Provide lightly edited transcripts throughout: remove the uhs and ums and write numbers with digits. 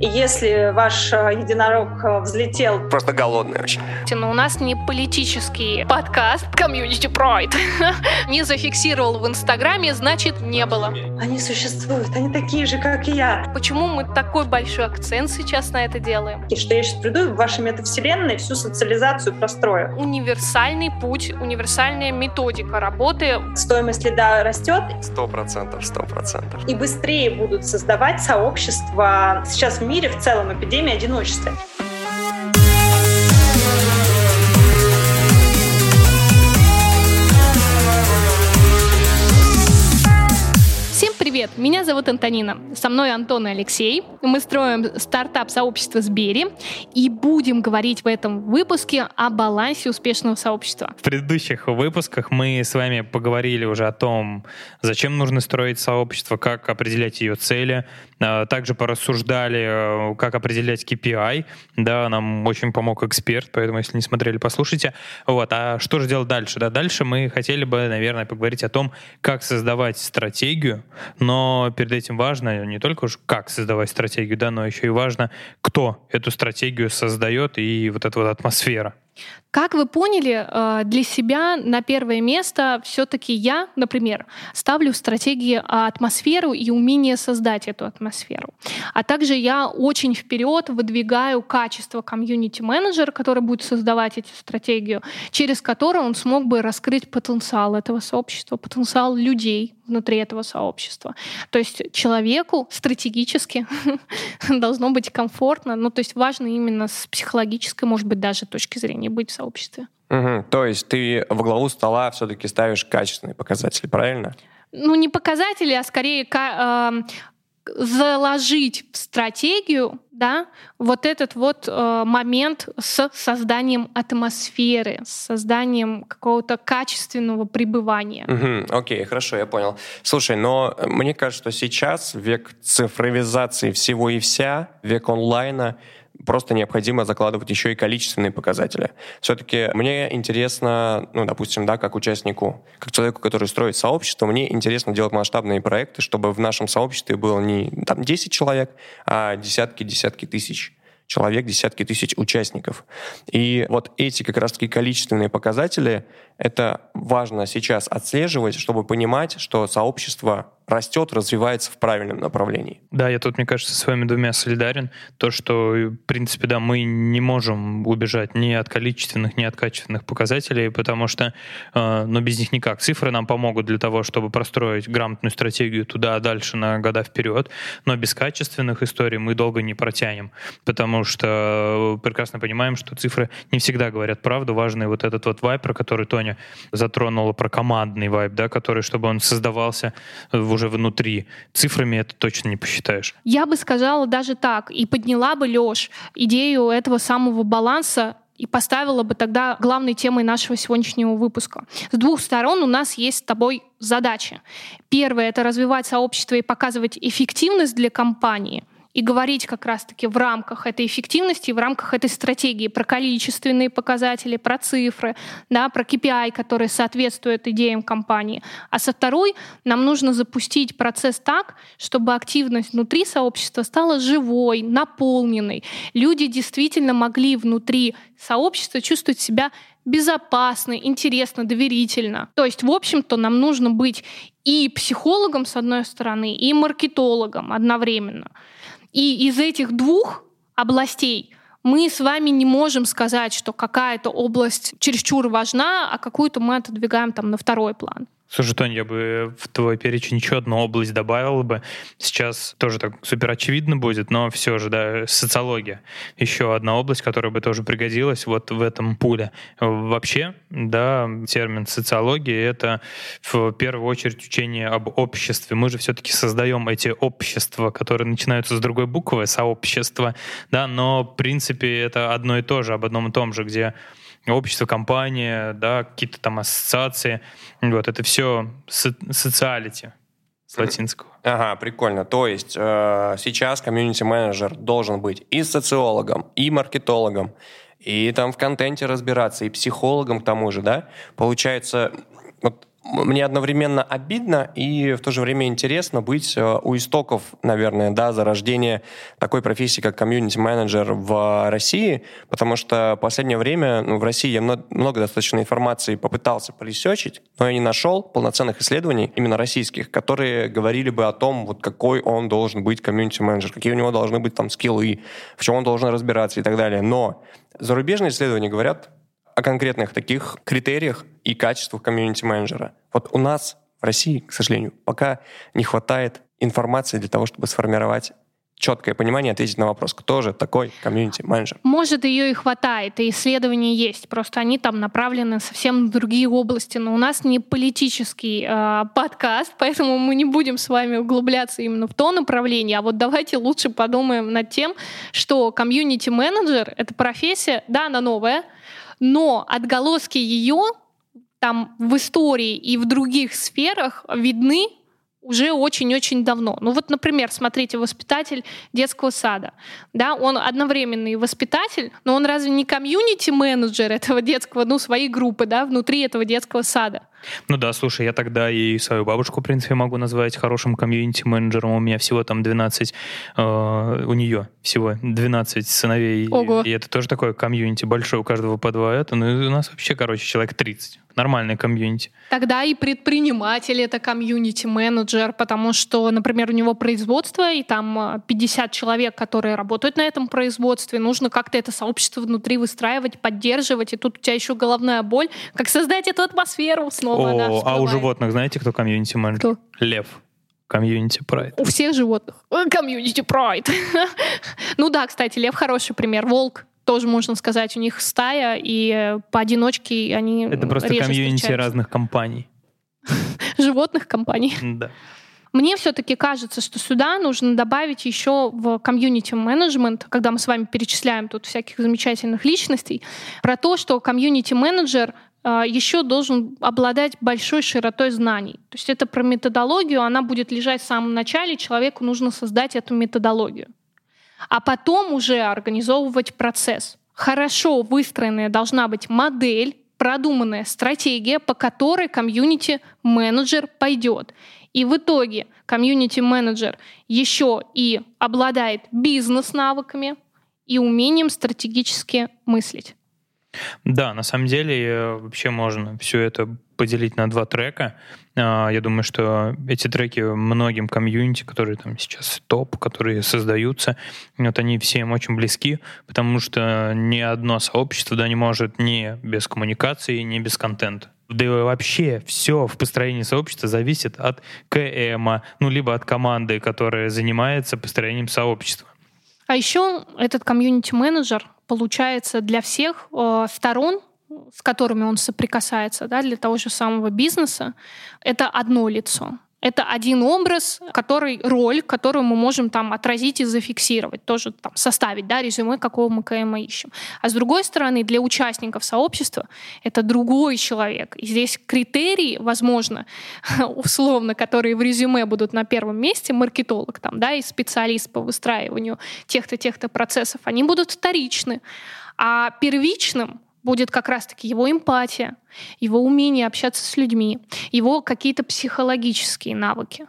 И если ваш единорог взлетел... Просто голодный очень. Но у нас не политический подкаст Community Pride. Не зафиксировал в Инстаграме, значит, не было. Они существуют, они такие же, как и я. Почему мы такой большой акцент сейчас на это делаем? И что я сейчас приду в вашей метавселенной всю социализацию прострою. Универсальный путь, универсальная методика работы. Стоимость лида растет. 100%. И быстрее будут создавать сообщества. Сейчас в мире в целом эпидемия одиночества. Привет, меня зовут Антонина. Со мной Антон и Алексей. Мы строим стартап-сообщество Сбери и будем говорить в этом выпуске о балансе успешного сообщества. В предыдущих выпусках мы с вами поговорили уже о том, зачем нужно строить сообщество, как определять ее цели. Также порассуждали, как определять KPI. Да, нам очень помог эксперт, поэтому, если не смотрели, послушайте. А что же делать дальше? Дальше мы хотели бы, наверное, поговорить о том, как создавать стратегию. Но перед этим важно не только уж как создавать стратегию, но еще и важно, кто эту стратегию создает, и вот эта вот атмосфера. Как вы поняли, для себя на первое место все-таки я, например, ставлю в стратегии атмосферу и умение создать эту атмосферу. А также я очень вперед выдвигаю качество комьюнити-менеджера, который будет создавать эту стратегию, через которую он смог бы раскрыть потенциал этого сообщества, потенциал людей внутри этого сообщества. То есть человеку стратегически должно быть комфортно, то есть важно именно с психологической, может быть, даже точки зрения быть в сообществе. Угу. То есть ты во главу стола все-таки ставишь качественные показатели, правильно? Не показатели, а скорее заложить в стратегию, вот этот момент с созданием атмосферы, с созданием какого-то качественного пребывания. Окей, хорошо, я понял. Слушай, но мне кажется, что сейчас век цифровизации всего и вся, век онлайна, просто необходимо закладывать еще и количественные показатели. Все-таки мне интересно, допустим, как участнику, как человеку, который строит сообщество, мне интересно делать масштабные проекты, чтобы в нашем сообществе было не 10 человек, а десятки тысяч человек, десятки тысяч участников. И вот эти как раз-таки количественные показатели, это важно сейчас отслеживать, чтобы понимать, что сообщество растет, развивается в правильном направлении. Да, я тут, мне кажется, с вами двумя солидарен. То, что, в принципе, мы не можем убежать ни от количественных, ни от качественных показателей, потому что без них никак. Цифры нам помогут для того, чтобы простроить грамотную стратегию туда, дальше на года вперед, но без качественных историй мы долго не протянем, потому что прекрасно понимаем, что цифры не всегда говорят правду. Важный вот этот вайб, про который Тоня затронула, про командный вайб, который, чтобы он создавался уже внутри. Цифрами это точно не посчитаешь. Я бы сказала даже так, и подняла бы, Лёш, идею этого самого баланса и поставила бы тогда главной темой нашего сегодняшнего выпуска. С двух сторон у нас есть с тобой задачи. Первое — это развивать сообщество и показывать эффективность для компании, и говорить как раз-таки в рамках этой эффективности, в рамках этой стратегии про количественные показатели, про цифры, про KPI, которые соответствуют идеям компании. А со второй нам нужно запустить процесс так, чтобы активность внутри сообщества стала живой, наполненной. Люди действительно могли внутри сообщества чувствовать себя безопасно, интересно, доверительно. То есть, в общем-то, нам нужно быть и психологом, с одной стороны, и маркетологом одновременно. И из этих двух областей мы с вами не можем сказать, что какая-то область чересчур важна, а какую-то мы отодвигаем на второй план. Слушай, Тонь, я бы в твой перечень еще одну область добавил бы. Сейчас тоже так супер очевидно будет, но все же, социология. Еще одна область, которая бы тоже пригодилась вот в этом пуле. Вообще, термин социология — это в первую очередь учение об обществе. Мы же все-таки создаем эти общества, которые начинаются с другой буквы, сообщества, но в принципе это одно и то же, об одном и том же, где общество, компания, какие-то ассоциации. Это все социалити с латинского. Ага, прикольно. То есть сейчас комьюнити-менеджер должен быть и социологом, и маркетологом, и в контенте разбираться, и психологом к тому же, Получается, мне одновременно обидно и в то же время интересно быть у истоков, наверное, да, зарождения такой профессии, как комьюнити-менеджер в России, потому что в последнее время в России я много достаточно информации попытался поресерчить, но я не нашел полноценных исследований, именно российских, которые говорили бы о том, вот какой он должен быть комьюнити-менеджер, какие у него должны быть там скиллы, в чем он должен разбираться и так далее. Но зарубежные исследования говорят о конкретных таких критериях и качествах комьюнити-менеджера. Вот у нас в России, к сожалению, пока не хватает информации для того, чтобы сформировать четкое понимание, ответить на вопрос, кто же такой комьюнити-менеджер. Может, ее и хватает, и исследования есть, просто они там направлены совсем в другие области, но у нас не политический подкаст, поэтому мы не будем с вами углубляться именно в то направление, а вот давайте лучше подумаем над тем, что комьюнити-менеджер — это профессия, да, она новая, но отголоски ее там в истории и в других сферах видны уже очень-очень давно. Ну вот, например, смотрите, воспитатель детского сада. Да, он одновременный воспитатель, но он разве не комьюнити-менеджер этого детского, своей группы, да, внутри этого детского сада? Ну да, слушай, я тогда и свою бабушку, в принципе, могу назвать хорошим комьюнити-менеджером. У меня всего там 12, у нее всего 12 сыновей. Ого. И это тоже такое комьюнити большое, у каждого по 2 это. Ну и у нас вообще, человек 30. Нормальное комьюнити. Тогда и предприниматель — это комьюнити-менеджер, потому что, например, у него производство, и там 50 человек, которые работают на этом производстве, нужно как-то это сообщество внутри выстраивать, поддерживать, и тут у тебя еще головная боль, как создать эту атмосферу снова. А у животных знаете, кто комьюнити-менеджер? Кто? Лев. Комьюнити прайд. У всех животных. Комьюнити прайд. Ну да, кстати, лев хороший пример. Волк тоже, можно сказать, у них стая, и поодиночке они это просто реже комьюнити встречаются. разных компаний. Животных компаний. Да. Мне все-таки кажется, что сюда нужно добавить еще в комьюнити-менеджмент, когда мы с вами перечисляем тут всяких замечательных личностей, про то, что комьюнити-менеджер еще должен обладать большой широтой знаний. То есть это про методологию, она будет лежать в самом начале, человеку нужно создать эту методологию. А потом уже организовывать процесс. Хорошо выстроенная должна быть модель, продуманная стратегия, по которой комьюнити-менеджер пойдет. И в итоге комьюнити-менеджер еще и обладает бизнес-навыками и умением стратегически мыслить. Да, на самом деле вообще можно все это поделить на 2 трека. Я думаю, что эти треки многим комьюнити, которые там сейчас топ, которые создаются, вот они всем очень близки, потому что ни одно сообщество не может ни без коммуникации, ни без контента. Да и вообще все в построении сообщества зависит от КМа, либо от команды, которая занимается построением сообщества. А еще этот комьюнити-менеджер получается для всех сторон, с которыми он соприкасается, да, для того же самого бизнеса, это одно лицо. Это один образ, роль, которую мы можем там отразить и зафиксировать, тоже там составить, да, резюме, какого мы КМа ищем. А с другой стороны, для участников сообщества это другой человек. И здесь критерии, возможно, условно, которые в резюме будут на первом месте, маркетолог там, да, и специалист по выстраиванию тех-то процессов, они будут вторичны. А первичным будет как раз-таки его эмпатия, его умение общаться с людьми, его какие-то психологические навыки.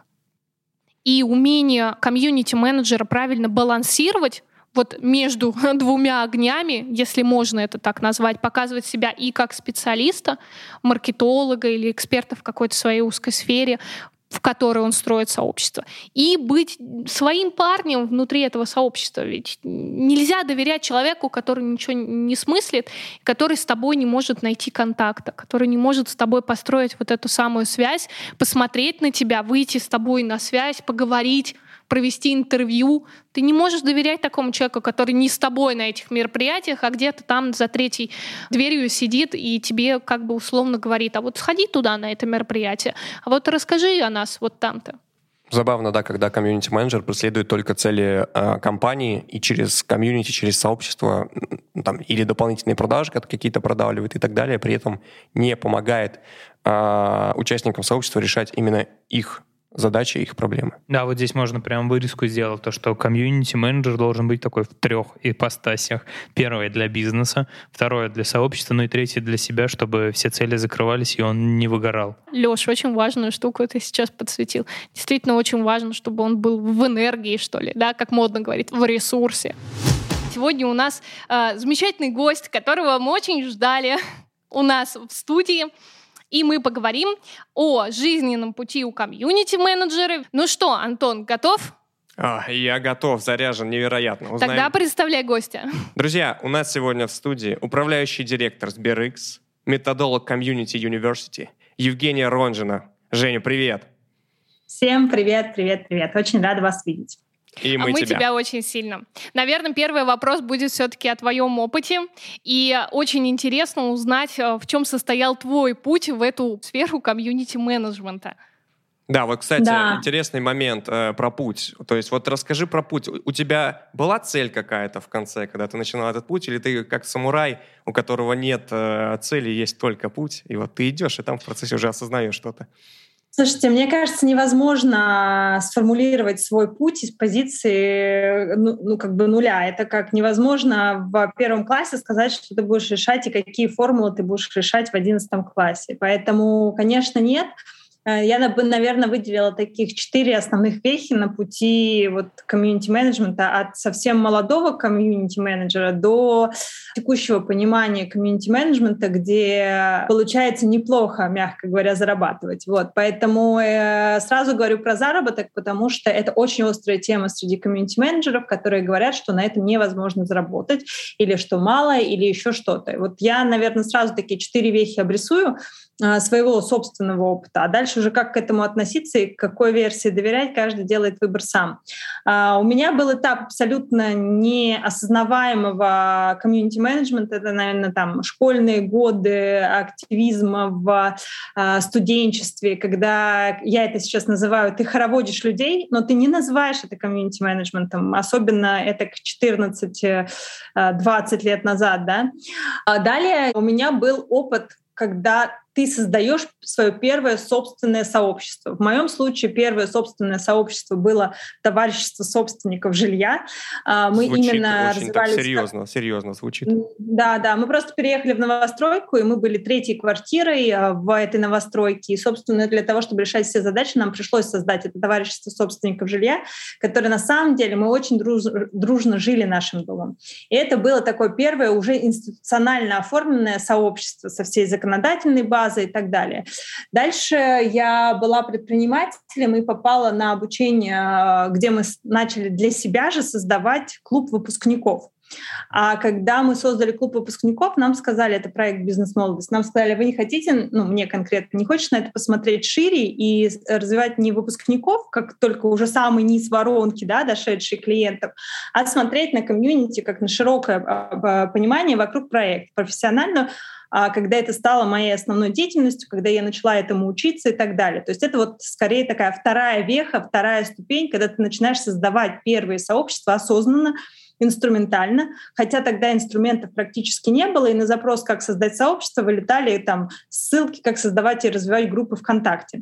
И умение комьюнити-менеджера правильно балансировать вот между 2 огнями, если можно это так назвать, показывать себя и как специалиста, маркетолога или эксперта в какой-то своей узкой сфере, в которой он строит сообщество, и быть своим парнем внутри этого сообщества. Ведь нельзя доверять человеку, который ничего не смыслит, который с тобой не может найти контакта, который не может с тобой построить вот эту самую связь, посмотреть на тебя, выйти с тобой на связь, поговорить, провести интервью. Ты не можешь доверять такому человеку, который не с тобой на этих мероприятиях, а где-то там за 3-й дверью сидит и тебе как бы условно говорит: а вот сходи туда на это мероприятие, а вот расскажи о нас вот там-то. Забавно, да, когда комьюнити-менеджер преследует только цели компании и через комьюнити, через сообщество там, или дополнительные продажи какие-то продавливает и так далее, при этом не помогает участникам сообщества решать именно их задачи и их проблемы. Да, вот здесь можно прям вырезку сделать, то, что комьюнити-менеджер должен быть такой в 3 ипостасях. Первое — для бизнеса, второе — для сообщества, ну и третье — для себя, чтобы все цели закрывались, и он не выгорал. Лёш, очень важную штуку ты сейчас подсветил. Действительно очень важно, чтобы он был в энергии, что ли, да, как модно говорить, в ресурсе. Сегодня у нас замечательный гость, которого мы очень ждали у нас в студии. И мы поговорим о жизненном пути у комьюнити-менеджеров. Ну что, Антон, готов? Я готов, заряжен, невероятно. Узнаем. Тогда представляй гостя. Друзья, у нас сегодня в студии управляющий директор SberX, методолог Community University Евгения Ронжина. Женя, привет. Всем привет. Очень рада вас видеть. И мы тебя очень сильно. Наверное, первый вопрос будет все-таки о твоем опыте. И очень интересно узнать, в чем состоял твой путь в эту сферу комьюнити-менеджмента. Да, вот, кстати, интересный момент про путь. То есть вот расскажи про путь. У тебя была цель какая-то в конце, когда ты начинал этот путь? Или ты как самурай, у которого нет цели, есть только путь? И вот ты идешь, и там в процессе уже осознаешь что-то. Слушайте, мне кажется, невозможно сформулировать свой путь из позиции нуля. Это как невозможно в 1 классе сказать, что ты будешь решать и какие формулы ты будешь решать в 11 классе. Поэтому, конечно, нет. Я бы, наверное, выделила таких 4 основных вехи на пути комьюнити-менеджмента от совсем молодого комьюнити-менеджера до текущего понимания комьюнити-менеджмента, где получается неплохо, мягко говоря, зарабатывать. Поэтому сразу говорю про заработок, потому что это очень острая тема среди комьюнити-менеджеров, которые говорят, что на этом невозможно заработать, или что мало, или еще что-то. Я, наверное, сразу такие 4 вехи обрисую своего собственного опыта, а дальше уже как к этому относиться и к какой версии доверять, каждый делает выбор сам. У меня был этап абсолютно неосознаваемого комьюнити-менеджмента, это, наверное, школьные годы активизма в студенчестве, когда я это сейчас называю, ты хороводишь людей, но ты не называешь это комьюнити-менеджментом, особенно это к 14-20 лет назад. Да? Далее у меня был опыт, когда ты создаешь свое первое собственное сообщество. В моем случае первое собственное сообщество было товарищество собственников жилья. Мы звучит именно очень развивались... так серьезно звучит. Да, мы просто переехали в новостройку, и мы были 3-й квартирой в этой новостройке. И, собственно, для того, чтобы решать все задачи, нам пришлось создать это товарищество собственников жилья, которое на самом деле мы очень дружно жили нашим домом. И это было такое первое уже институционально оформленное сообщество со всей законодательной базой и так далее. Дальше я была предпринимателем и попала на обучение, где мы начали для себя же создавать клуб выпускников. А когда мы создали клуб выпускников, нам сказали, это проект «Бизнес-молодость», нам сказали, вы не хотите, мне конкретно, не хочешь на это посмотреть шире и развивать не выпускников, как только уже самый низ воронки, да, дошедшие клиентов, а смотреть на комьюнити как на широкое понимание вокруг проекта, профессионально, когда это стало моей основной деятельностью, когда я начала этому учиться и так далее. То есть это скорее такая вторая веха, вторая ступень, когда ты начинаешь создавать первые сообщества осознанно, инструментально, хотя тогда инструментов практически не было, и на запрос «как создать сообщество» вылетали ссылки, как создавать и развивать группы ВКонтакте.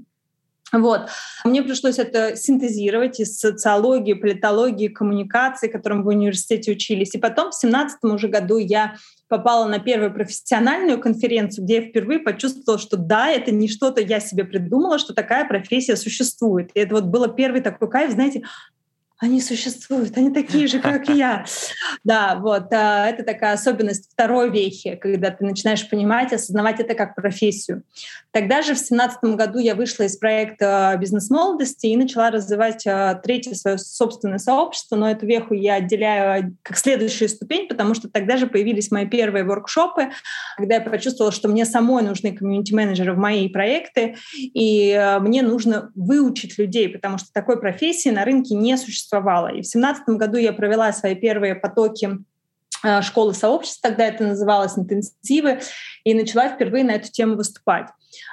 Мне пришлось это синтезировать из социологии, политологии, коммуникации, которым в университете учились. И потом в 2017 уже году я попала на первую профессиональную конференцию, где я впервые почувствовала, что да, это не что-то я себе придумала, что такая профессия существует. И это было первый такой кайф, знаете, они существуют, они такие же, как и я. Да, это такая особенность второй вехи, когда ты начинаешь понимать, осознавать это как профессию. Тогда же в 2017 году я вышла из проекта «Бизнес-молодости» и начала развивать 3-е свое собственное сообщество, но эту веху я отделяю как следующую ступень, потому что тогда же появились мои первые воркшопы, когда я почувствовала, что мне самой нужны комьюнити-менеджеры в мои проекты, и мне нужно выучить людей, потому что такой профессии на рынке не существовало. И в 2017 году я провела свои первые потоки школы сообществ, тогда это называлось, интенсивы, и начала впервые на эту тему выступать.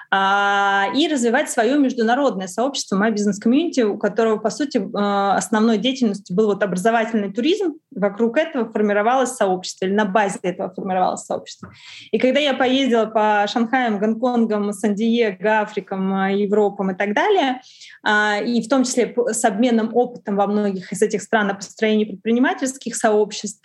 И развивать свое международное сообщество My Business Community, у которого, по сути, основной деятельностью был вот образовательный туризм. Вокруг этого формировалось сообщество, или на базе этого формировалось сообщество. И когда я поездила по Шанхаям, Гонконгам, Сан-Диего, Африкам, Европам и так далее, и в том числе с обменом опытом во многих из этих стран о построении предпринимательских сообществ,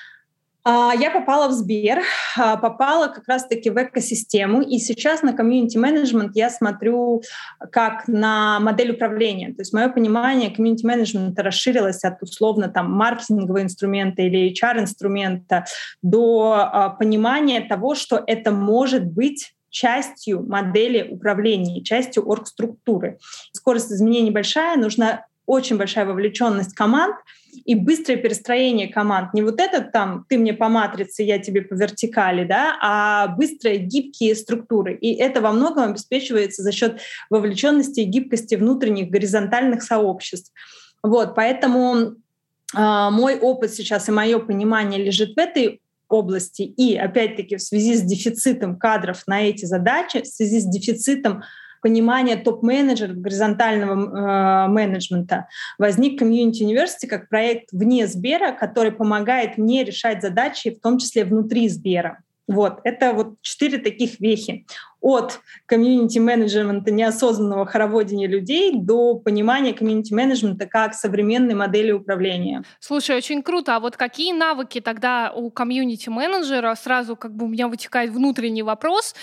я попала в Сбер, попала как раз-таки в экосистему, и сейчас на комьюнити-менеджмент я смотрю как на модель управления. То есть мое понимание комьюнити-менеджмента расширилось от условно там маркетингового инструмента или HR-инструмента до понимания того, что это может быть частью модели управления, частью оргструктуры. Скорость изменений большая, нужна очень большая вовлеченность команд и быстрое перестроение команд. Не вот это там «ты мне по матрице, я тебе по вертикали», да, а быстрые, гибкие структуры. И это во многом обеспечивается за счет вовлеченности и гибкости внутренних горизонтальных сообществ. Вот, поэтому мой опыт сейчас и мое понимание лежит в этой области. И, опять-таки, в связи с дефицитом кадров на эти задачи, в связи с дефицитом понимания топ-менеджеров, горизонтального менеджмента, возник Community University как проект вне Сбера, который помогает мне решать задачи, в том числе внутри Сбера. Вот, это вот 4 таких вехи. От комьюнити-менеджмента, неосознанного хороводения людей до понимания комьюнити-менеджмента как современной модели управления. Слушай, очень круто. А вот какие навыки тогда у комьюнити-менеджера? Сразу как бы у меня вытекает внутренний вопрос.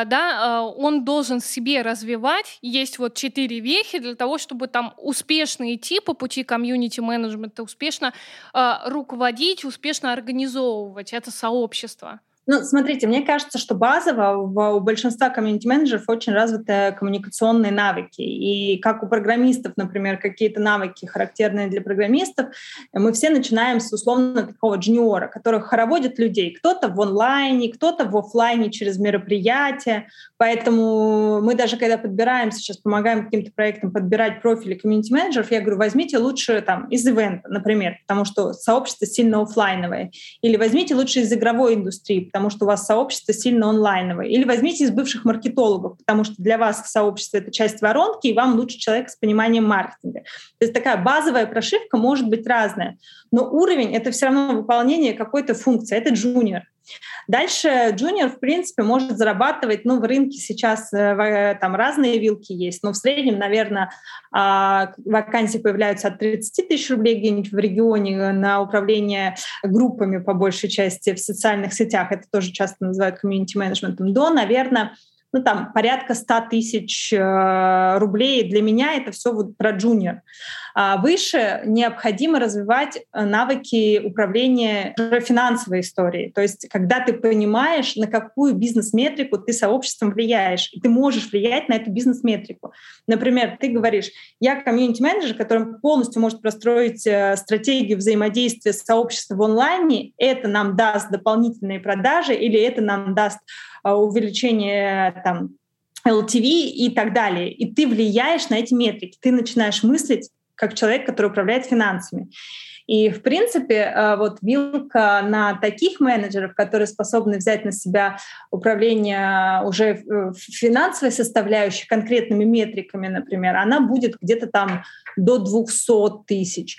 Он должен себе развивать. Есть вот 4 вехи для того, чтобы там успешно идти по пути комьюнити-менеджмента, успешно руководить, успешно организовывать это сообщество. Ну, смотрите, мне кажется, что базово у большинства комьюнити-менеджеров очень развиты коммуникационные навыки. И как у программистов, например, какие-то навыки, характерные для программистов, мы все начинаем с условно такого джуниора, который хороводит людей. Кто-то в онлайне, кто-то в офлайне через мероприятия. Поэтому мы даже когда подбираем, сейчас помогаем каким-то проектам подбирать профили комьюнити-менеджеров, я говорю, возьмите лучше там из ивента, например, потому что сообщество сильно офлайновое. Или возьмите лучше из игровой индустрии, потому что у вас сообщество сильно онлайновое. Или возьмите из бывших маркетологов, потому что для вас сообщество — это часть воронки, и вам лучше человек с пониманием маркетинга. То есть такая базовая прошивка может быть разная, но уровень — это все равно выполнение какой-то функции, это джуниор. Дальше джуниор, в принципе, может зарабатывать, в рынке сейчас там разные вилки есть, но в среднем, наверное, вакансии появляются от 30 тысяч рублей где-нибудь в регионе на управление группами, по большей части, в социальных сетях, это тоже часто называют комьюнити-менеджментом, до, наверное, порядка 100 тысяч рублей. Для меня это все вот про джуниор. Выше необходимо развивать навыки управления финансовой историей. То есть когда ты понимаешь, на какую бизнес-метрику ты сообществом влияешь, и ты можешь влиять на эту бизнес-метрику. Например, ты говоришь, я комьюнити-менеджер, который полностью может простроить стратегию взаимодействия с сообществом в онлайне, это нам даст дополнительные продажи или это нам даст увеличение там, LTV и так далее. И ты влияешь на эти метрики. Ты начинаешь мыслить как человек, который управляет финансами. И, в принципе, вот вилка на таких менеджеров, которые способны взять на себя управление уже финансовой составляющей, конкретными метриками, например, она будет где-то там до 200 тысяч.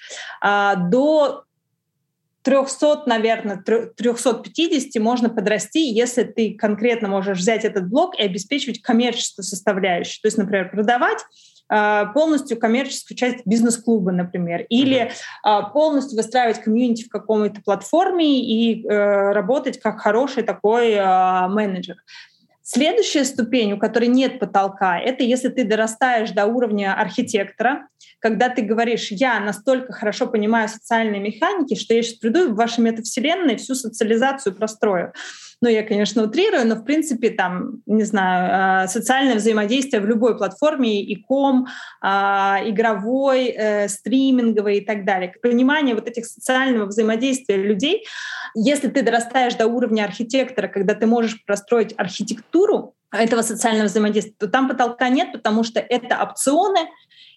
До 300, наверное, 350 можно подрасти, если ты конкретно можешь взять этот блок и обеспечивать коммерческую составляющую. То есть, например, продавать полностью коммерческую часть бизнес-клуба, например, или полностью выстраивать комьюнити в какой-то платформе и работать как хороший такой менеджер. Следующая ступень, у которой нет потолка, это если ты дорастаешь до уровня архитектора, когда ты говоришь, я настолько хорошо понимаю социальные механики, что я сейчас приду в ваши метавселенные всю социализацию прострою. Я, конечно, утрирую, но, в принципе, там, не знаю, социальное взаимодействие в любой платформе, e-com, игровой, стриминговой и так далее. Понимание вот этих социального взаимодействия людей, если ты дорастаешь до уровня архитектора, когда ты можешь простроить архитектуру этого социального взаимодействия, то там потолка нет, потому что это опционы,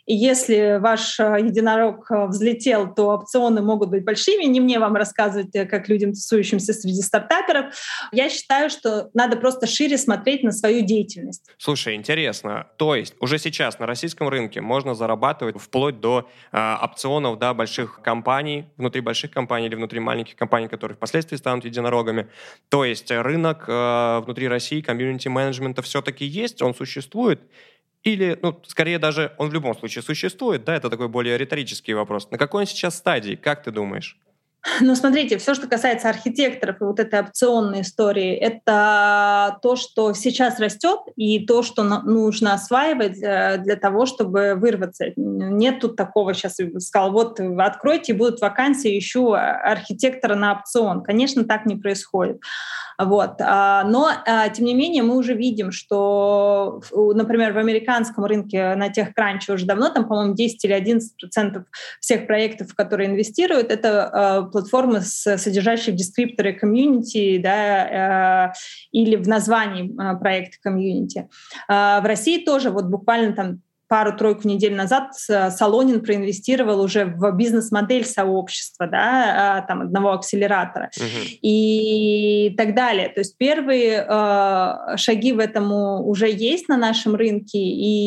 И если ваш единорог взлетел, то опционы могут быть большими. Не мне вам рассказывать, как людям, тусующимся среди стартаперов. Я считаю, что надо просто шире смотреть на свою деятельность. Слушай, интересно. То есть уже сейчас на российском рынке можно зарабатывать вплоть до опционов, да, больших компаний, внутри больших компаний или внутри маленьких компаний, которые впоследствии станут единорогами. То есть рынок внутри России, комьюнити-менеджмента все-таки есть, он существует? Или, скорее даже он в любом случае существует, да, это такой более риторический вопрос. На какой он сейчас стадии, как ты думаешь? Смотрите, все, что касается архитекторов и вот этой опционной истории, это то, что сейчас растет, и то, что нужно осваивать для того, чтобы вырваться. Нет тут такого, сейчас я сказала, вот откройте, будут вакансии, ищу архитектора на опцион. Конечно, так не происходит. Вот. Но, тем не менее, мы уже видим, что, например, в американском рынке на TechCrunch уже давно, там, по-моему, 10 или 11% всех проектов, в которые инвестируют, это платформы, содержащие в дескрипторе комьюнити, да, или в названии проекта комьюнити. В России тоже вот буквально там пару-тройку недель назад Солонин проинвестировал уже в бизнес-модель сообщества, да, там, одного акселератора и так далее. То есть первые шаги в этом уже есть на нашем рынке,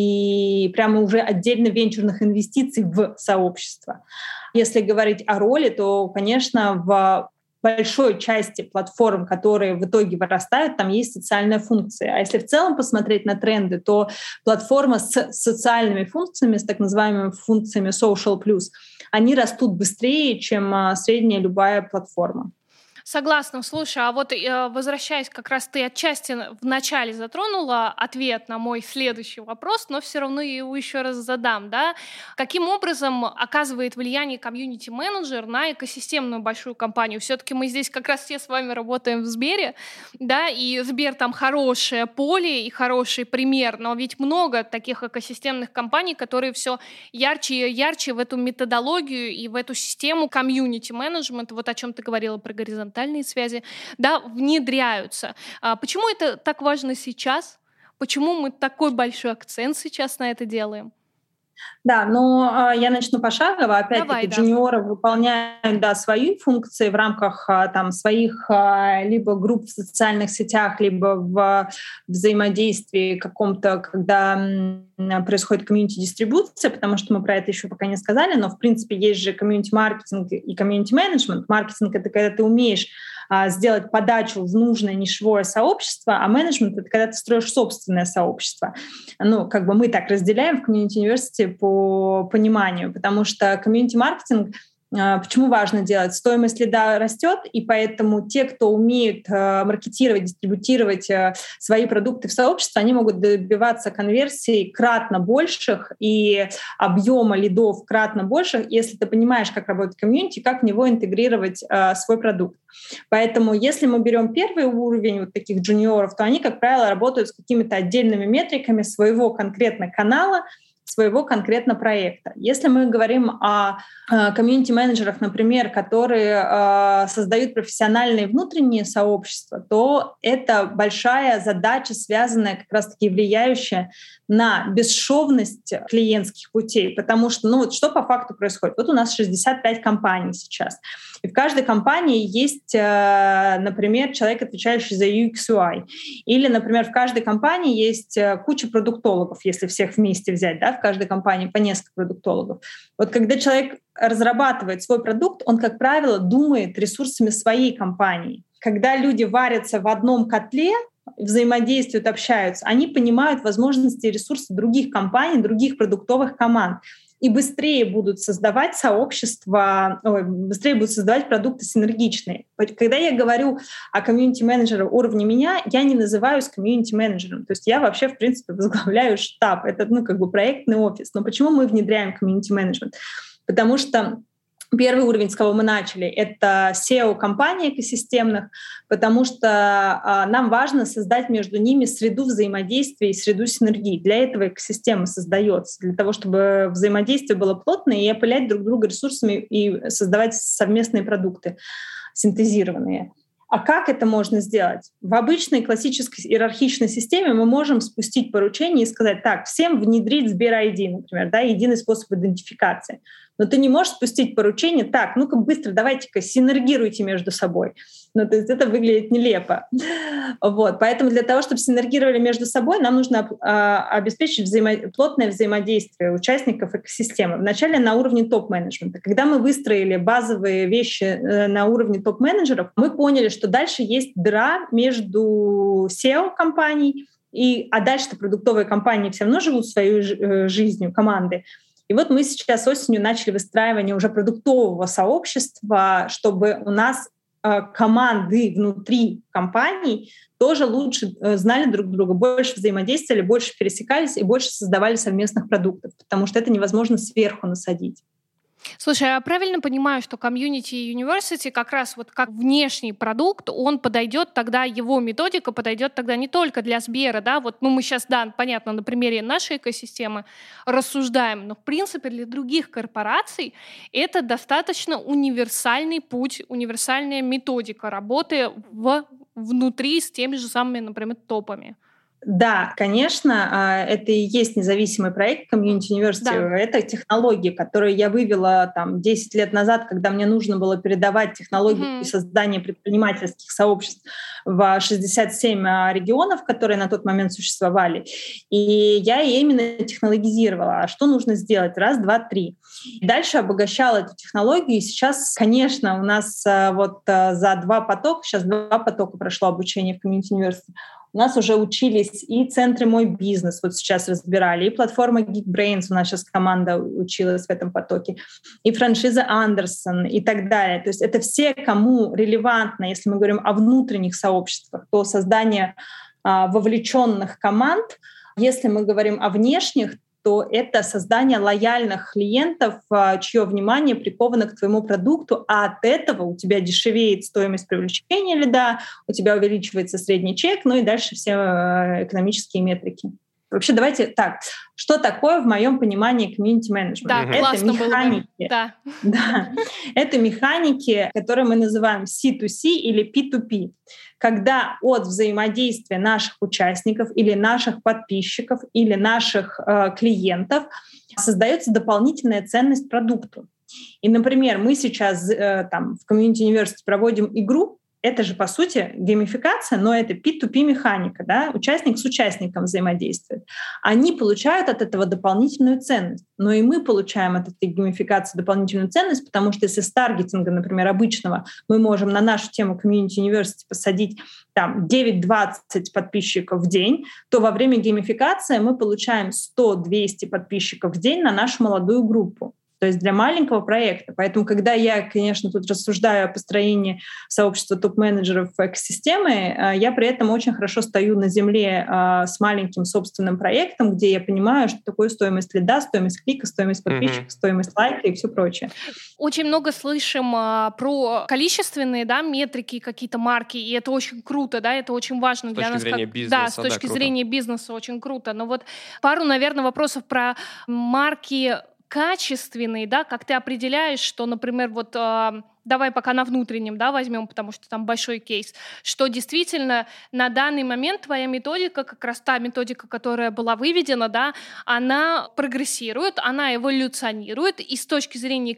и прямо уже отдельно венчурных инвестиций в сообщество. Если говорить о роли, то, конечно, в большой части платформ, которые в итоге вырастают, там есть социальная функция. А если в целом посмотреть на тренды, то платформа с социальными функциями, с так называемыми функциями Social+, они растут быстрее, чем средняя любая платформа. Согласна. Слушай, а вот возвращаясь, как раз ты отчасти в начале затронула ответ на мой следующий вопрос, но все равно я его еще раз задам, да? Каким образом оказывает влияние комьюнити-менеджер на экосистемную большую компанию? Все-таки мы здесь как раз все с вами работаем в Сбере, да, и Сбер там хорошее поле и хороший пример, но ведь много таких экосистемных компаний, которые все ярче и ярче в эту методологию и в эту систему комьюнити-менеджмента, вот о чем ты говорила про горизонтальные связи, да, внедряются. Почему это так важно сейчас? Почему мы такой большой акцент сейчас на это делаем? Да, но я начну пошагово. Опять-таки, джуниоры выполняют, да, свои функции в рамках там своих либо групп в социальных сетях, либо в взаимодействии каком-то, когда происходит комьюнити-дистрибуция, потому что мы про это еще пока не сказали, но, в принципе, есть же комьюнити-маркетинг и комьюнити-менеджмент. Маркетинг — это когда ты умеешь сделать подачу в нужное нишевое сообщество, а менеджмент — это когда ты строишь собственное сообщество. Как бы мы так разделяем в комьюнити-университете по пониманию, потому что комьюнити-маркетинг почему важно делать? Стоимость лида растет, и поэтому те, кто умеют маркетировать, дистрибутировать свои продукты в сообщество, они могут добиваться конверсий кратно больших и объема лидов кратно больших, если ты понимаешь, как работает комьюнити, как в него интегрировать свой продукт. Поэтому если мы берем первый уровень вот таких джуниоров, то они, как правило, работают с какими-то отдельными метриками своего конкретного канала, своего конкретно проекта. Если мы говорим о комьюнити-менеджерах, например, которые создают профессиональные внутренние сообщества, то это большая задача, связанная как раз-таки влияющая на бесшовность клиентских путей, потому что, что по факту происходит? Вот у нас 65 компаний сейчас, и в каждой компании есть, например, человек, отвечающий за UX UI, или, например, в каждой компании есть куча продуктологов, если всех вместе взять, да, в каждой компании по несколько продуктологов. Вот когда человек разрабатывает свой продукт, он, как правило, думает ресурсами своей компании. Когда люди варятся в одном котле, взаимодействуют, общаются, они понимают возможности и ресурсы других компаний, других продуктовых команд и быстрее будут создавать сообщества, быстрее будут создавать продукты синергичные. Когда я говорю о комьюнити-менеджере уровня меня, я не называюсь комьюнити-менеджером. То есть я вообще, в принципе, возглавляю штаб. Это, проектный офис. Но почему мы внедряем комьюнити-менеджмент? Потому что первый уровень, с кого мы начали, это SEO-компаний экосистемных, потому что нам важно создать между ними среду взаимодействия и среду синергии. Для этого экосистема создается, для того, чтобы взаимодействие было плотное и опылять друг друга ресурсами и создавать совместные продукты, синтезированные. А как это можно сделать? В обычной классической иерархичной системе мы можем спустить поручение и сказать, так, всем внедрить Сбер-ID, например, да, единый способ идентификации. Но ты не можешь спустить поручение, так, ну-ка быстро, давайте-ка синергируйте между собой. Ну, то есть это выглядит нелепо. Вот. Поэтому для того, чтобы синергировали между собой, нам нужно обеспечить плотное взаимодействие участников экосистемы. Вначале на уровне топ-менеджмента. Когда мы выстроили базовые вещи на уровне топ-менеджеров, мы поняли, что дальше есть дыра между SEO-компаний, а дальше-то продуктовые компании все равно живут своей жизнью, команды. И вот мы сейчас осенью начали выстраивание уже продуктового сообщества, чтобы у нас команды внутри компаний тоже лучше знали друг друга, больше взаимодействовали, больше пересекались и больше создавали совместных продуктов, потому что это невозможно сверху насадить. Слушай, я правильно понимаю, что комьюнити University как раз вот как внешний продукт, он подойдет тогда, его методика подойдет тогда не только для Сбера, да, вот, ну мы сейчас, да, понятно, на примере нашей экосистемы рассуждаем, но в принципе для других корпораций это достаточно универсальный путь, универсальная методика работы внутри с теми же самыми, например, топами. Да, конечно, это и есть независимый проект Community University. Да. Это технологии, которые я вывела там 10 лет назад, когда мне нужно было передавать технологии создания предпринимательских сообществ в 67 регионов, которые на тот момент существовали. И я именно технологизировала. А что нужно сделать? Раз, два, три. Дальше обогащала эту технологию. И сейчас, конечно, у нас вот за два потока прошло обучение в Community University. У нас уже учились и центры «Мой бизнес», вот сейчас разбирали, и платформа Geekbrains, у нас сейчас команда училась в этом потоке, и франшиза Андерсон и так далее. То есть это все, кому релевантно, если мы говорим о внутренних сообществах, то создание вовлеченных команд. Если мы говорим о внешних, то это создание лояльных клиентов, чье внимание приковано к твоему продукту, а от этого у тебя дешевеет стоимость привлечения лида, у тебя увеличивается средний чек, ну и дальше все экономические метрики. Вообще, давайте так. Что такое в моем понимании комьюнити менеджмент? Да, это механики. Да. Это механики, которые мы называем C2C или P2P. Когда от взаимодействия наших участников или наших подписчиков или наших клиентов создается дополнительная ценность продукту. И, например, мы сейчас там, в Community University проводим игру. Это же, по сути, геймификация, но это P2P-механика, да? Участник с участником взаимодействует. Они получают от этого дополнительную ценность, но и мы получаем от этой геймификации дополнительную ценность, потому что если с таргетинга, например, обычного, мы можем на нашу тему Community University посадить там 9-20 подписчиков в день, то во время геймификации мы получаем 100-200 подписчиков в день на нашу молодую группу. То есть для маленького проекта. Поэтому, когда я, конечно, тут рассуждаю о построении сообщества топ-менеджеров экосистемы, я при этом очень хорошо стою на земле с маленьким собственным проектом, где я понимаю, что такое стоимость лида, стоимость клика, стоимость подписчиков, стоимость лайка и все прочее. Очень много слышим про количественные, да, метрики, какие-то марки, и это очень круто, да, это очень важно для нас. С точки зрения бизнеса, да, с точки зрения бизнеса очень круто. Но вот пару, наверное, вопросов про марки качественные, да, как ты определяешь, что, например, вот давай пока на внутреннем, да, возьмем, потому что там большой кейс, что действительно на данный момент твоя методика, как раз та методика, которая была выведена, да, она прогрессирует, она эволюционирует, и с точки зрения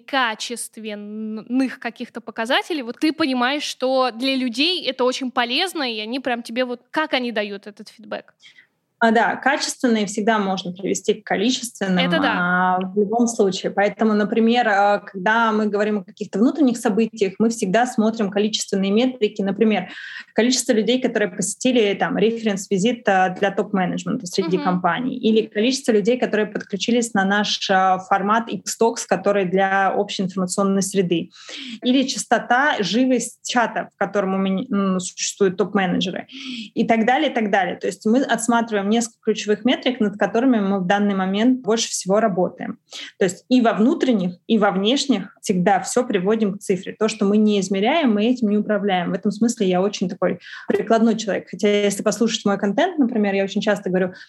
качественных каких-то показателей, вот ты понимаешь, что для людей это очень полезно, и они прям тебе вот, как они дают этот фидбэк? Да, качественные всегда можно привести к количественным. Это да. В любом случае. Поэтому, например, когда мы говорим о каких-то внутренних событиях, мы всегда смотрим количественные метрики. Например, количество людей, которые посетили там референс-визит для топ-менеджмента среди компаний, или количество людей, которые подключились на наш формат X-Talks, который для общей информационной среды, или частота, живость чата, в котором у меня существуют топ-менеджеры, и так далее, и так далее. То есть мы отсматриваем несколько ключевых метрик, над которыми мы в данный момент больше всего работаем. То есть и во внутренних, и во внешних всегда все приводим к цифре. То, что мы не измеряем, мы этим не управляем. В этом смысле я очень такой прикладной человек. Хотя если послушать мой контент, например, я очень часто говорю,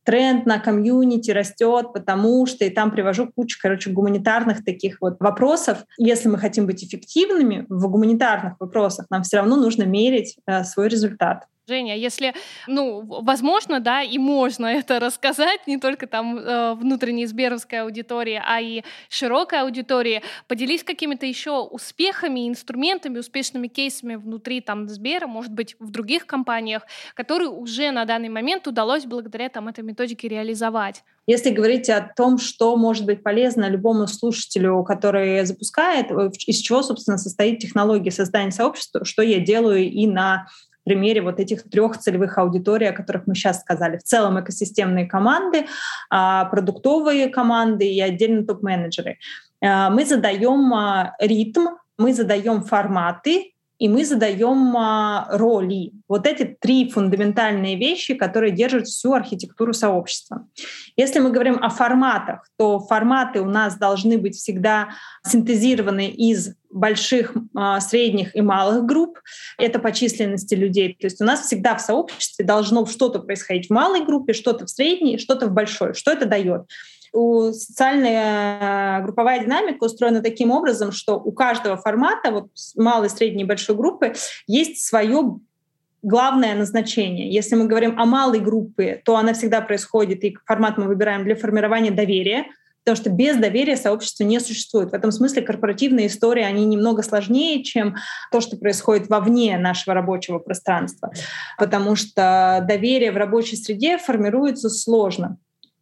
тренд на комьюнити растет, потому что, и там привожу кучу, гуманитарных таких вот вопросов. Если мы хотим быть эффективными в гуманитарных вопросах, нам все равно нужно мерить свой результат. Женя, если, возможно, да, и можно это рассказать не только там внутренней сберовской аудитории, а и широкой аудитории, поделись какими-то еще успехами, инструментами, успешными кейсами внутри там Сбера, может быть, в других компаниях, которые уже на данный момент удалось благодаря там этой методике реализовать. Если говорить о том, что может быть полезно любому слушателю, который запускает, из чего, собственно, состоит технология создания сообщества, что я делаю и на примере вот этих 3 целевых аудиторий, о которых мы сейчас сказали. В целом экосистемные команды, продуктовые команды и отдельно топ-менеджеры. Мы задаем ритм, мы задаем форматы, и мы задаем роли. Вот эти 3 фундаментальные вещи, которые держат всю архитектуру сообщества. Если мы говорим о форматах, то форматы у нас должны быть всегда синтезированы из больших, средних и малых групп. Это по численности людей. То есть у нас всегда в сообществе должно что-то происходить в малой группе, что-то в средней, что-то в большой. Что это дает? Социальная групповая динамика устроена таким образом, что у каждого формата, вот малой, средней и большой группы, есть свое главное назначение. Если мы говорим о малой группе, то она всегда происходит, и формат мы выбираем для формирования доверия, потому что без доверия сообщества не существует. В этом смысле корпоративные истории, они немного сложнее, чем то, что происходит вовне нашего рабочего пространства, потому что доверие в рабочей среде формируется сложнее.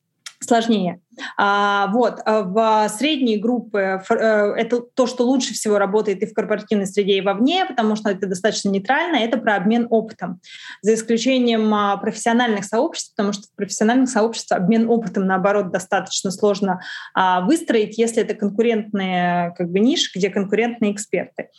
В средней группы это то, что лучше всего работает и в корпоративной среде, и вовне, потому что это достаточно нейтрально, это про обмен опытом. За исключением профессиональных сообществ, потому что в профессиональных сообществах обмен опытом, наоборот, достаточно сложно выстроить, если это конкурентные ниши, где конкурентные эксперты.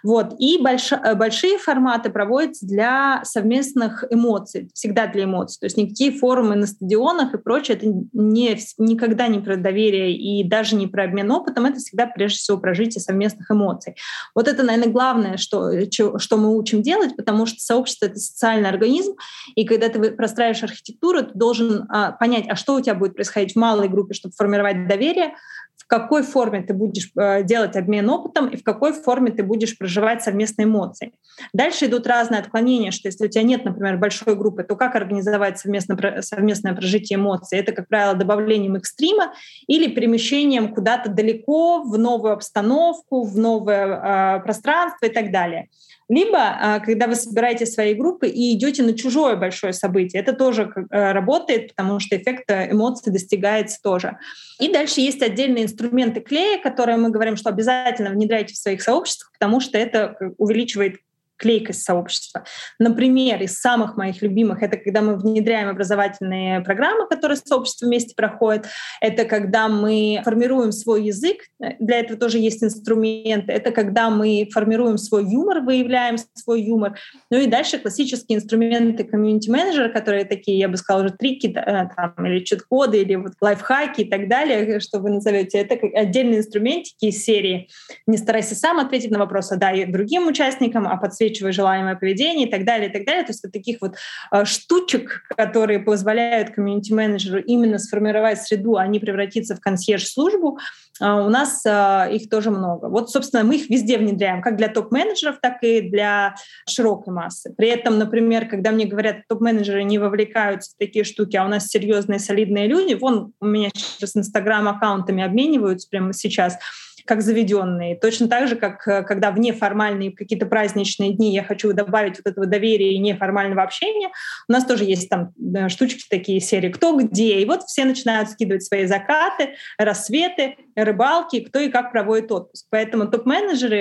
И большие форматы проводятся для совместных эмоций, всегда для эмоций. То есть никакие форумы на стадионах и прочее, это никогда не про доверие и даже не про обмен опытом, это всегда прежде всего про прожитие совместных эмоций. Вот это, наверное, главное, что мы учим делать, потому что сообщество — это социальный организм, и когда ты простраиваешь архитектуру, ты должен понять, а что у тебя будет происходить в малой группе, чтобы формировать доверие, в какой форме ты будешь делать обмен опытом и в какой форме ты будешь проживать совместные эмоции. Дальше идут разные отклонения, что если у тебя нет, например, большой группы, то как организовать совместное прожитие эмоций? Это, как правило, добавлением экстрима или перемещением куда-то далеко, в новую обстановку, в новое пространство и так далее. Либо, когда вы собираете свои группы и идете на чужое большое событие, это тоже работает, потому что эффект эмоций достигается тоже. И дальше есть отдельные инструменты клея, которые мы говорим, что обязательно внедряйте в своих сообществах, потому что это увеличивает клейкость сообщества. Например, из самых моих любимых — это когда мы внедряем образовательные программы, которые сообщество вместе проходит. Это когда мы формируем свой язык, для этого тоже есть инструменты. Это когда мы формируем свой юмор, выявляем свой юмор. И дальше классические инструменты комьюнити-менеджера, которые такие, я бы сказала, уже трики или чит-коды, или лайфхаки и так далее, что вы назовете. Это отдельные инструментики из серии «Не старайся сам ответить на вопрос, а дай другим участникам, а подсвечивай желаемое поведение» и так далее, и так далее. То есть вот таких вот штучек, которые позволяют комьюнити-менеджеру именно сформировать среду, а не превратиться в консьерж-службу, у нас их тоже много. Вот, собственно, мы их везде внедряем, как для топ-менеджеров, так и для широкой массы. При этом, например, когда мне говорят, топ-менеджеры не вовлекаются в такие штуки, а у нас серьезные, солидные люди, вон у меня сейчас Инстаграм-аккаунтами обмениваются прямо сейчас, как заведенные. Точно так же, как когда в неформальные какие-то праздничные дни я хочу добавить вот этого доверия и неформального общения, у нас тоже есть там штучки такие серии «Кто где?». И вот все начинают скидывать свои закаты, рассветы, рыбалки, кто и как проводит отпуск. Поэтому топ-менеджеры —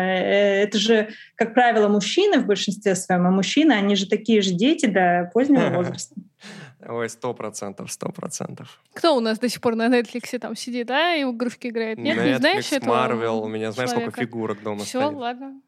это же, как правило, мужчины в большинстве своем, а мужчины, они же такие же дети до позднего возраста. Ой, 100%. Кто у нас до сих пор на Netflix там сидит, да, и в игрушки играет? Нет, Netflix, не знаешь этого Marvel, у меня знаешь, сколько фигурок дома стоит? Все, ладно.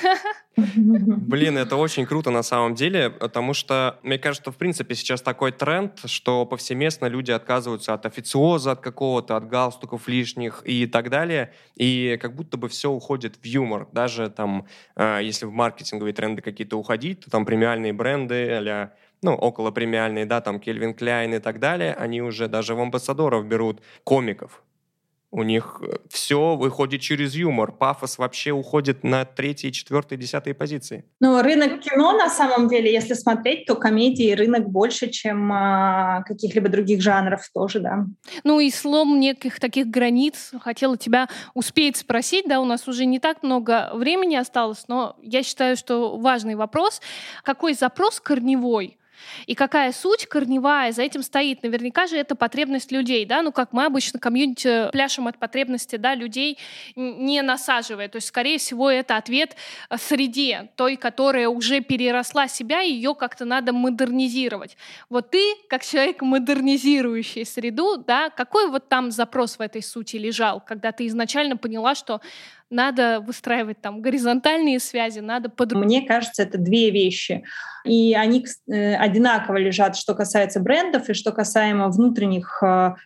Блин, это очень круто на самом деле, потому что, мне кажется, в принципе сейчас такой тренд, что повсеместно люди отказываются от официоза, от какого-то, от галстуков лишних и так далее, и как будто бы все уходит в юмор. Даже там, если в маркетинговые тренды какие-то уходить, то там премиальные бренды а-ля около премиальные, да, там Кельвин Кляйн и так далее, они уже даже в амбассадоров берут комиков. У них все выходит через юмор. Пафос вообще уходит на 3-й, 4-й, 10-й позиции. Рынок кино, на самом деле, если смотреть, то комедии рынок больше, чем каких-либо других жанров тоже, да. И слом неких таких границ. Хотела тебя успеть спросить, да, у нас уже не так много времени осталось, но я считаю, что важный вопрос. Какой запрос корневой? И какая суть корневая за этим стоит? Наверняка же это потребность людей, да, как мы обычно комьюнити пляшем от потребности, да, людей, не насаживая. То есть, скорее всего, это ответ среде, той, которая уже переросла себя, и ее как-то надо модернизировать. Вот ты, как человек, модернизирующий среду, да, какой вот там запрос в этой сути лежал, когда ты изначально поняла, что надо выстраивать там горизонтальные связи, надо Мне кажется, это две вещи. И они одинаково лежат, что касается брендов и что касаемо внутренних,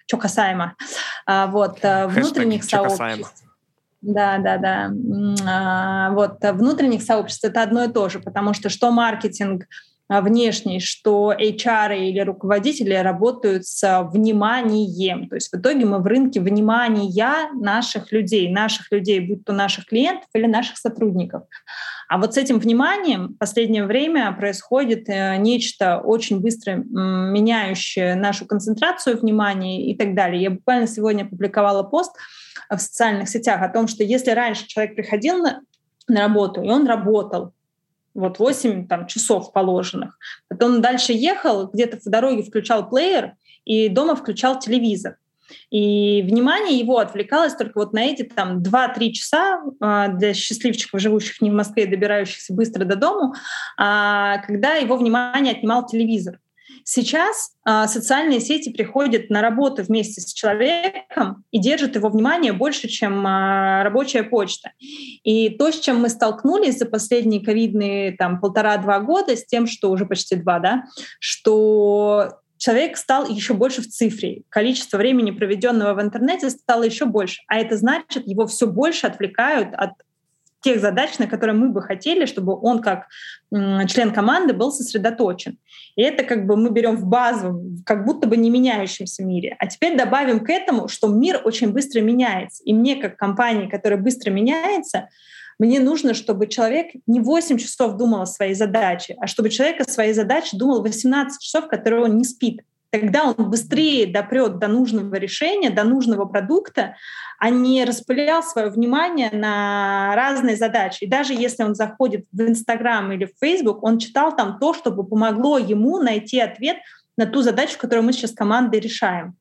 внутренних сообществ. Да. Внутренних сообществ — это одно и то же, потому что маркетинг внешний, что HR или руководители работают с вниманием. То есть в итоге мы в рынке внимания наших людей, будь то наших клиентов или наших сотрудников. А вот с этим вниманием в последнее время происходит нечто очень быстро меняющее нашу концентрацию внимания и так далее. Я буквально сегодня опубликовала пост в социальных сетях о том, что если раньше человек приходил на работу, и он работал, 8 часов положенных. Потом дальше ехал, где-то в дороге включал плеер и дома включал телевизор. И внимание его отвлекалось только на эти 2-3 часа для счастливчиков, живущих не в Москве, добирающихся быстро до дому, когда его внимание отнимал телевизор. Сейчас социальные сети приходят на работу вместе с человеком и держат его внимание больше, чем рабочая почта. И то, с чем мы столкнулись за последние ковидные 1,5-2 года, с тем, что уже почти 2, да, что человек стал еще больше в цифре. Количество времени, проведенного в интернете, стало еще больше. А это значит, его все больше отвлекают от тех задач, на которые мы бы хотели, чтобы он как член команды был сосредоточен. И это мы берем в базовом, как будто бы не меняющемся мире. А теперь добавим к этому, что мир очень быстро меняется. И мне, как компании, которая быстро меняется, мне нужно, чтобы человек не 8 часов думал о своей задаче, а чтобы человек о своей задаче думал 18 часов, которые он не спит. Тогда он быстрее допрет до нужного решения, до нужного продукта, а не распылял свое внимание на разные задачи. И даже если он заходит в Инстаграм или в Фейсбук, он читал там то, чтобы помогло ему найти ответ на ту задачу, которую мы сейчас командой решаем.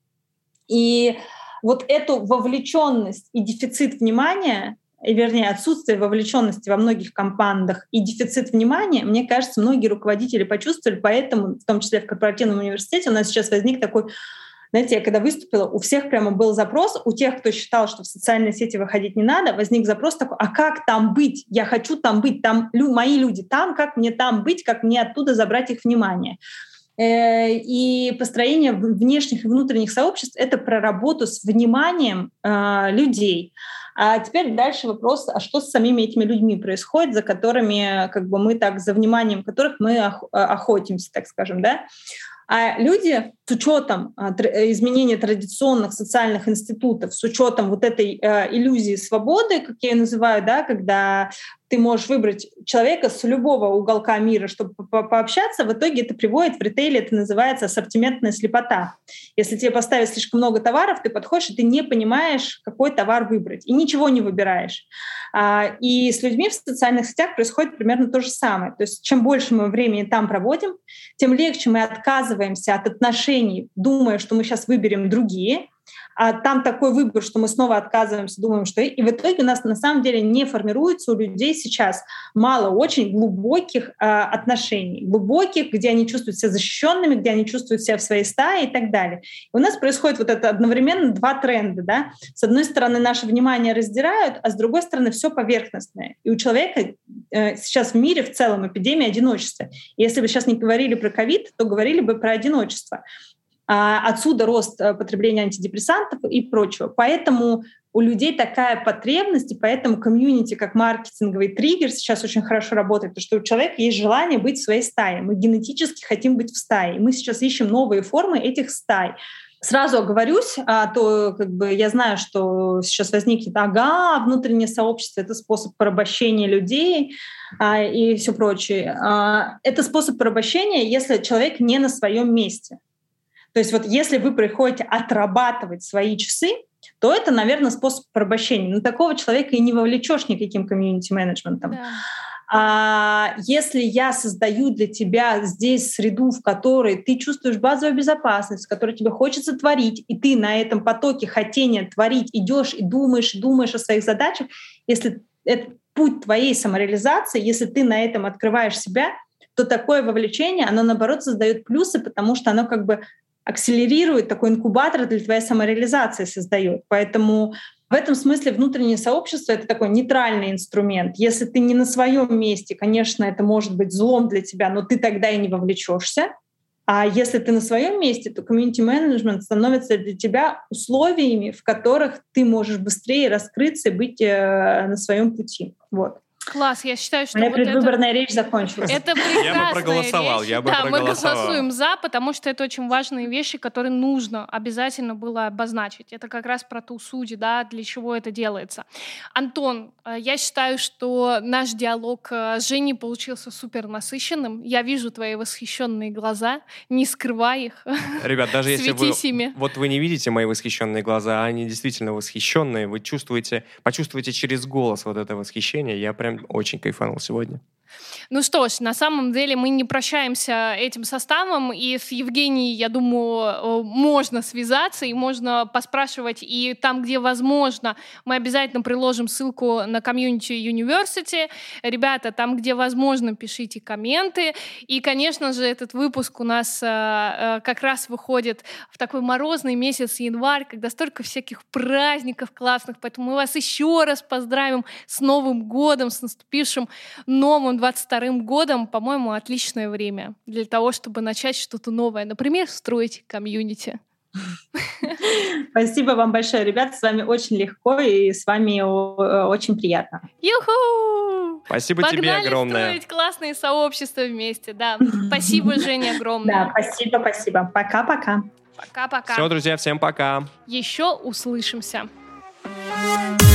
И вот эту вовлеченность и дефицит внимания, отсутствие вовлеченности во многих командах и дефицит внимания, мне кажется, многие руководители почувствовали, поэтому, в том числе в корпоративном университете, у нас сейчас возник такой, знаете, я когда выступила, у всех прямо был запрос, у тех, кто считал, что в социальные сети выходить не надо, возник запрос такой: а как там быть? Я хочу там быть, там мои люди там, как мне там быть, как мне оттуда забрать их внимание? И построение внешних и внутренних сообществ — это про работу с вниманием людей. А теперь дальше вопрос, а что с самими этими людьми происходит, за которыми мы за вниманием которых мы охотимся, так скажем, да? А люди с учетом изменения традиционных социальных институтов, с учетом этой иллюзии свободы, как я ее называю, да, когда ты можешь выбрать человека с любого уголка мира, чтобы пообщаться, в итоге это приводит в ритейле, это называется ассортиментная слепота. Если тебе поставят слишком много товаров, ты подходишь, и ты не понимаешь, какой товар выбрать, и ничего не выбираешь. И с людьми в социальных сетях происходит примерно то же самое. То есть чем больше мы времени там проводим, тем легче мы отказываемся от отношений, думая, что мы сейчас выберем другие, а там такой выбор, что мы снова отказываемся, думаем, что... И в итоге у нас на самом деле не формируется у людей сейчас мало очень глубоких отношений. Глубоких, где они чувствуют себя защищенными, где они чувствуют себя в своей стае и так далее. И у нас происходит это одновременно два тренда. Да? С одной стороны, наше внимание раздирают, а с другой стороны, все поверхностное. И у человека сейчас в мире в целом эпидемия одиночества. И если бы сейчас не говорили про ковид, то говорили бы про одиночество. Отсюда рост потребления антидепрессантов и прочего. Поэтому у людей такая потребность, и поэтому комьюнити как маркетинговый триггер сейчас очень хорошо работает, потому что у человека есть желание быть в своей стае. Мы генетически хотим быть в стае, и мы сейчас ищем новые формы этих стай. Сразу оговорюсь, то я знаю, что сейчас возникнет внутреннее сообщество — это способ порабощения людей и все прочее. Это способ порабощения, если человек не на своем месте. То есть вот если вы приходите отрабатывать свои часы, то это, наверное, способ порабощения. Но такого человека и не вовлечешь никаким комьюнити-менеджментом. Да. Если я создаю для тебя здесь среду, в которой ты чувствуешь базовую безопасность, в которой тебе хочется творить, и ты на этом потоке хотения творить идешь и думаешь о своих задачах, если это путь твоей самореализации, если ты на этом открываешь себя, то такое вовлечение, оно, наоборот, создает плюсы, потому что оно акселерирует, такой инкубатор для твоей самореализации создает. Поэтому в этом смысле внутреннее сообщество — это такой нейтральный инструмент. Если ты не на своем месте, конечно, это может быть злом для тебя, но ты тогда и не вовлечешься. А если ты на своем месте, то комьюнити-менеджмент становится для тебя условиями, в которых ты можешь быстрее раскрыться и быть на своем пути. Вот. Класс, я считаю, что моя предвыборная речь закончилась. Это прекрасная я бы проголосовал, речь. Мы голосуем за, потому что это очень важные вещи, которые нужно обязательно было обозначить. Это как раз про ту суть, да, для чего это делается. Антон, я считаю, что наш диалог с Женей получился супер насыщенным. Я вижу твои восхищенные глаза, не скрывай их. Ребят, даже если вы не видите мои восхищенные глаза, они действительно восхищенные, вы почувствуете через голос вот это восхищение. Я прям очень кайфанул сегодня. Ну что ж, на самом деле мы не прощаемся этим составом, и с Евгенией, я думаю, можно связаться, и можно поспрашивать, и там, где возможно, мы обязательно приложим ссылку на Community University. Ребята, там, где возможно, пишите комменты. И, конечно же, этот выпуск у нас как раз выходит в такой морозный месяц январь, когда столько всяких праздников классных, поэтому мы вас еще раз поздравим с Новым годом, с наступившим новым 22-м годом. По-моему, отличное время для того, чтобы начать что-то новое. Например, строить комьюнити. Спасибо вам большое, ребята. С вами очень легко и с вами очень приятно. Юху! Спасибо тебе огромное. Погнали строить классные сообщества вместе. Да. Спасибо, Женя, огромное. Да, спасибо. Пока-пока. Пока-пока. Все, друзья, всем пока. Еще услышимся.